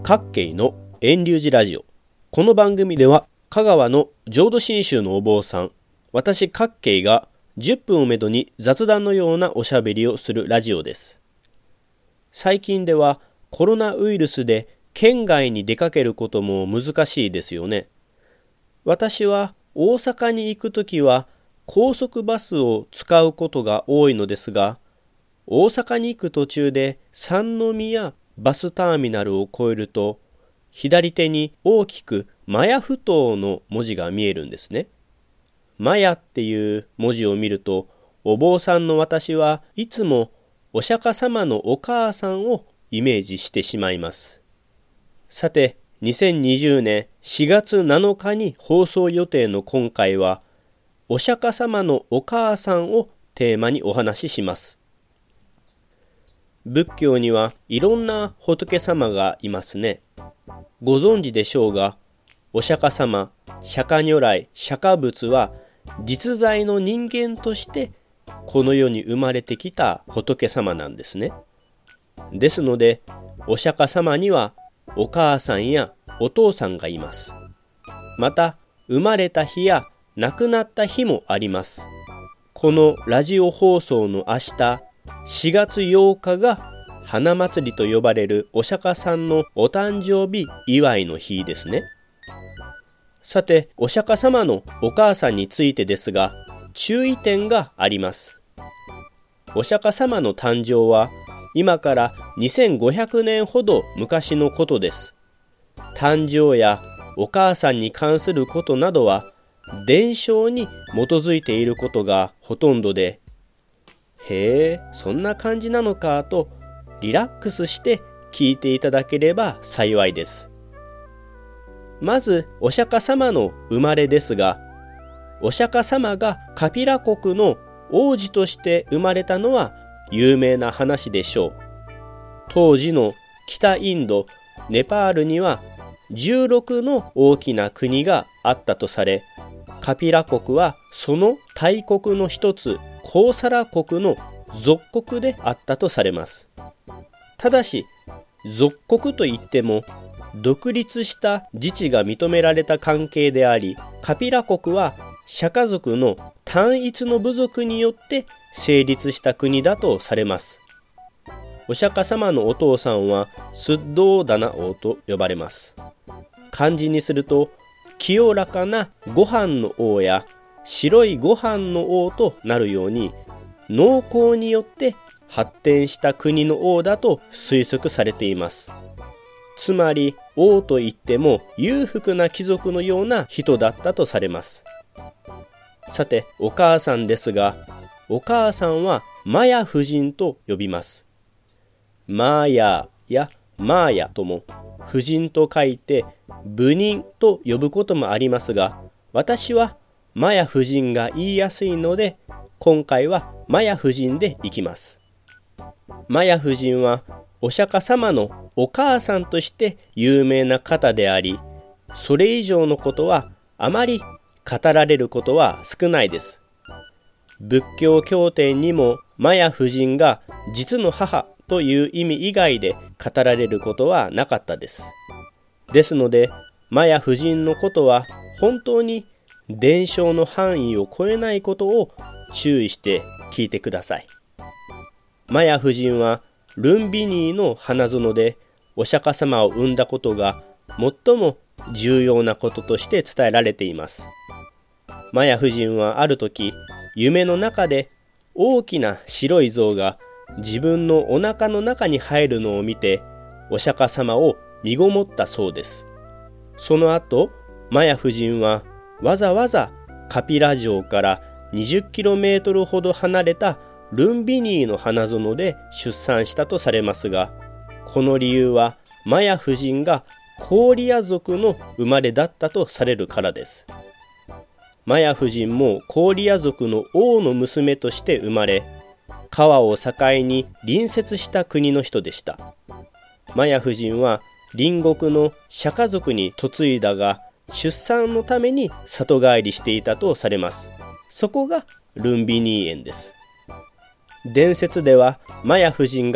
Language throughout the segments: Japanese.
各系の遠流寺ラジオ。この番組では香川の浄土真宗のお坊さん、私各系が10分をめどに雑談のようなおしゃべりをするラジオです。最近ではコロナウイルスで県外に出かけることも難しいですよね。私は大阪に行くときは高速バスを使うことが多いのですが、大阪に行く途中で三宮バスターミナルを越えると、左手に大きくマヤ不頭の文字が見えるんですね。マヤっていう文字を見ると、お坊さんの私はいつもお釈迦様のお母さんをイメージしてしまいます。さて、2020年4月7日に放送予定の今回は、お釈迦様のお母さんをテーマにお話しします。仏教にはいろんな仏様がいますね。ご存知でしょうが、お釈迦様、釈迦如来、釈迦仏は実在の人間としてこの世に生まれてきた仏様なんですね。ですので、お釈迦様にはお母さんやお父さんがいます。また、生まれた日や亡くなった日もあります。このラジオ放送の明日、4月8日が花祭りと呼ばれるお釈迦さんのお誕生日祝いの日ですね。さて、お釈迦様のお母さんについてですが、注意点があります。お釈迦様の誕生は今から2500年ほど昔のことです。誕生やお母さんに関することなどは伝承に基づいていることがほとんどで、へえ、そんな感じなのかとリラックスして聞いていただければ幸いです。まずお釈迦様の生まれですが、お釈迦様がカピラ国の王子として生まれたのは有名な話でしょう。当時の北インド、ネパールには16の大きな国があったとされ、カピラ国はその大国の一つ、コーサラ国の属国であったとされます。ただし、属国といっても独立した自治が認められた関係であり、カピラ国は釈迦族の単一の部族によって成立した国だとされます。お釈迦様のお父さんはスッドーダナ王と呼ばれます。漢字にすると、清らかなご飯の王や白いご飯の王となるように、農耕によって発展した国の王だと推測されています。つまり王といっても裕福な貴族のような人だったとされます。さて、お母さんですが、お母さんはマヤ夫人と呼びます。マーヤやマーヤとも夫人と書いて部人と呼ぶこともありますが、私はマヤ夫人が言いやすいので、今回はマヤ夫人でいきます。マヤ夫人はお釈迦様のお母さんとして有名な方であり、それ以上のことはあまり語られることは少ないです。仏教経典にもマヤ夫人が実の母という意味以外で語られることはなかったです。ですので、マヤ夫人のことは本当に伝承の範囲を超えないことを注意して聞いてください。マヤ夫人はルンビニーの花園でお釈迦様を産んだことが最も重要なこととして伝えられています。マヤ夫人はある時、夢の中で大きな白い像が自分のお腹の中に入るのを見て、お釈迦様を身ごもったそうです。その後、マヤ夫人はわざわざカピラ城から 20km ほど離れたルンビニーの花園で出産したとされますが、この理由はマヤ夫人がコーリア族の生まれだったとされるからです。マヤ夫人もコーリア族の王の娘として生まれ、川を境に隣接した国の人でした。マヤ夫人は隣国の釈迦族に嫁いだが、出産のために里帰りしていたとされます。そこがルンビニー園です。伝説ではマヤ夫人が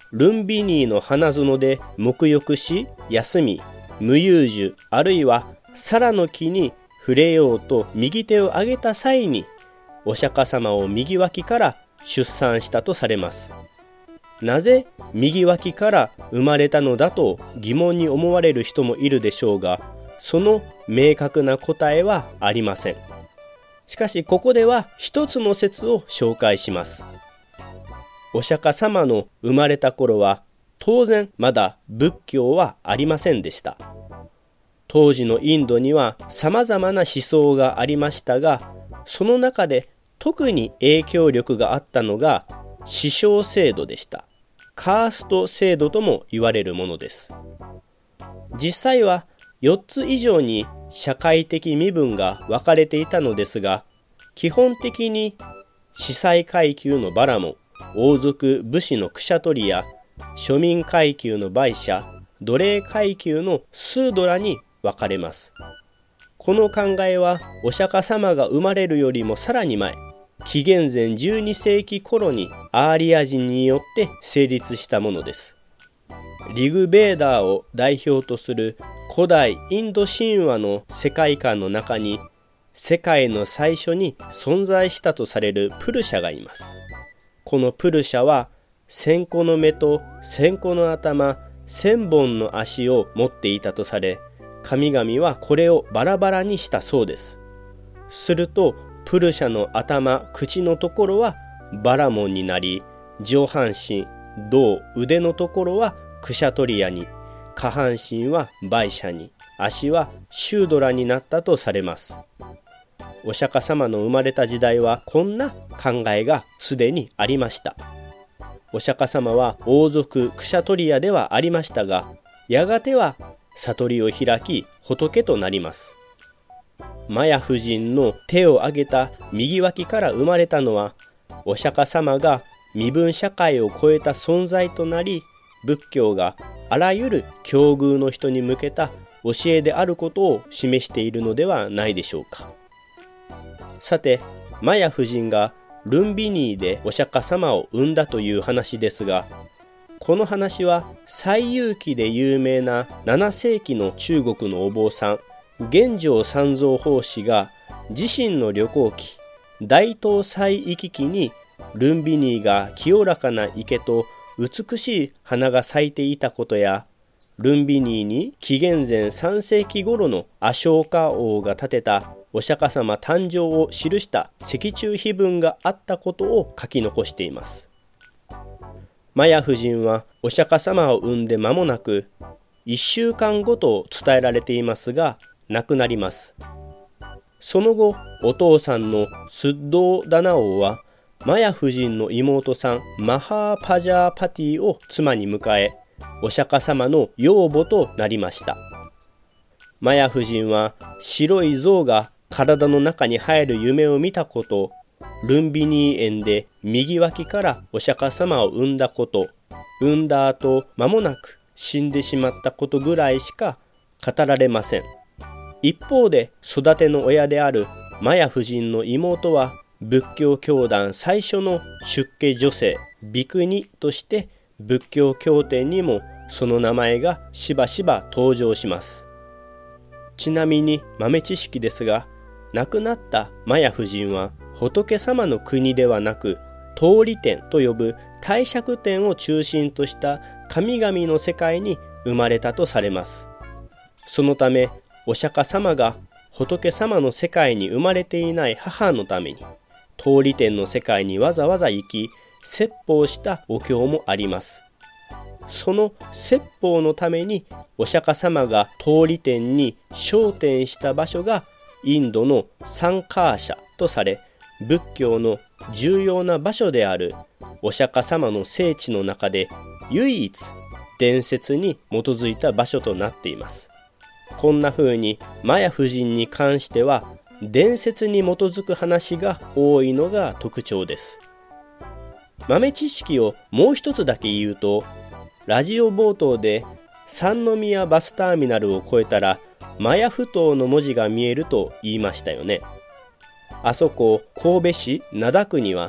ルンビニーの花園で沐浴し休み、無遊樹あるいはサの木に触れようと右手を上げた際に、お釈迦様を右脇から出産したとされます。なぜ右脇から生まれたのだと疑問に思われる人もいるでしょうが、その明確な答えはありません。しかしここでは一つの説を紹介します。お釈迦様の生まれた頃は当然まだ仏教はありませんでした。当時のインドには様々な思想がありましたが、その中で特に影響力があったのが師匠制度でした。カースト制度とも言われるものです。実際は4つ以上に社会的身分が分かれていたのですが、基本的に司祭階級のバラモン、王族武士のクシャトリや庶民階級のバイシャ、奴隷階級のスードラに分かれます。この考えはお釈迦様が生まれるよりもさらに前、紀元前12世紀頃にアーリア人によって成立したものです。リグベーダーを代表とする古代インド神話の世界観の中に、世界の最初に存在したとされるプルシャがいます。このプルシャは1000個の目と1000個の頭、1000本の足を持っていたとされ、神々はこれをバラバラにしたそうです。するとプルシャの頭、口のところはバラモンになり、上半身、胴、腕のところはクシャトリアに、下半身はバイシャに、足はシュードラになったとされます。お釈迦様の生まれた時代はこんな考えがすでにありました。お釈迦様は王族クシャトリアではありましたが、やがては悟りを開き仏となります。マヤ夫人の手を挙げた右脇から生まれたのは、お釈迦様が身分社会を超えた存在となり、仏教があらゆる境遇の人に向けた教えであることを示しているのではないでしょうか。さて、マヤ夫人がルンビニーでお釈迦様を産んだという話ですが、この話は西遊記で有名な7世紀の中国のお坊さん、玄奘三蔵法師が自身の旅行記、大東西域記にルンビニーが清らかな池と美しい花が咲いていたことや、ルンビニーに紀元前3世紀頃のアショーカ王が建てたお釈迦様誕生を記した石柱碑文があったことを書き残しています。マヤ夫人はお釈迦様を産んで間もなく1週間後と伝えられていますが、亡くなります。その後、お父さんのスッドーダナ王はマヤ夫人の妹さんマハーパジャーパティを妻に迎え、お釈迦様の養母となりました。マヤ夫人は白い象が体の中に入る夢を見たこと、ルンビニー園で右脇からお釈迦様を産んだこと、産んだ後間もなく死んでしまったことぐらいしか語られません。一方で育ての親であるマヤ夫人の妹は仏教教団最初の出家女性ビクニとして仏教経典にもその名前がしばしば登場します。ちなみに豆知識ですが、亡くなったマヤ夫人は仏様の国ではなく通り天と呼ぶ帝釈天を中心とした神々の世界に生まれたとされます。そのためお釈迦様が仏様の世界に生まれていない母のために通り天の世界にわざわざ行き説法したお経もあります。その説法のためにお釈迦様が通り天に昇天した場所がインドのサンカーシャとされ、仏教の重要な場所であるお釈迦様の聖地の中で唯一伝説に基づいた場所となっています。こんな風にマヤ夫人に関しては伝説に基づく話が多いのが特徴です。豆知識をもう一つだけ言うと、ラジオ冒頭で三宮バスターミナルを越えたらマヤフ島の文字が見えると言いましたよね。あそこ神戸市灘区には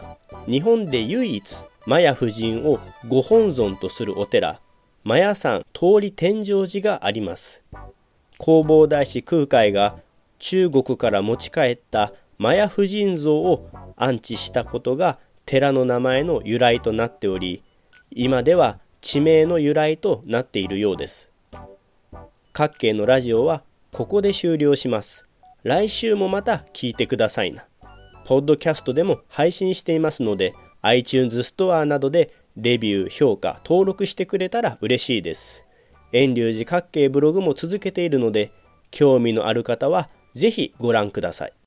日本で唯一マヤ夫人をご本尊とするお寺、マヤ山通り天上寺があります。弘法大師空海が中国から持ち帰ったマヤ夫人像を安置したことが寺の名前の由来となっており、今では地名の由来となっているようです。各系のラジオはここで終了します。来週もまた聞いてくださいな。ポッドキャストでも配信していますので、iTunes ストアなどでレビュー、評価、登録してくれたら嬉しいです。遠隆寺各系ブログも続けているので、興味のある方はぜひご覧ください。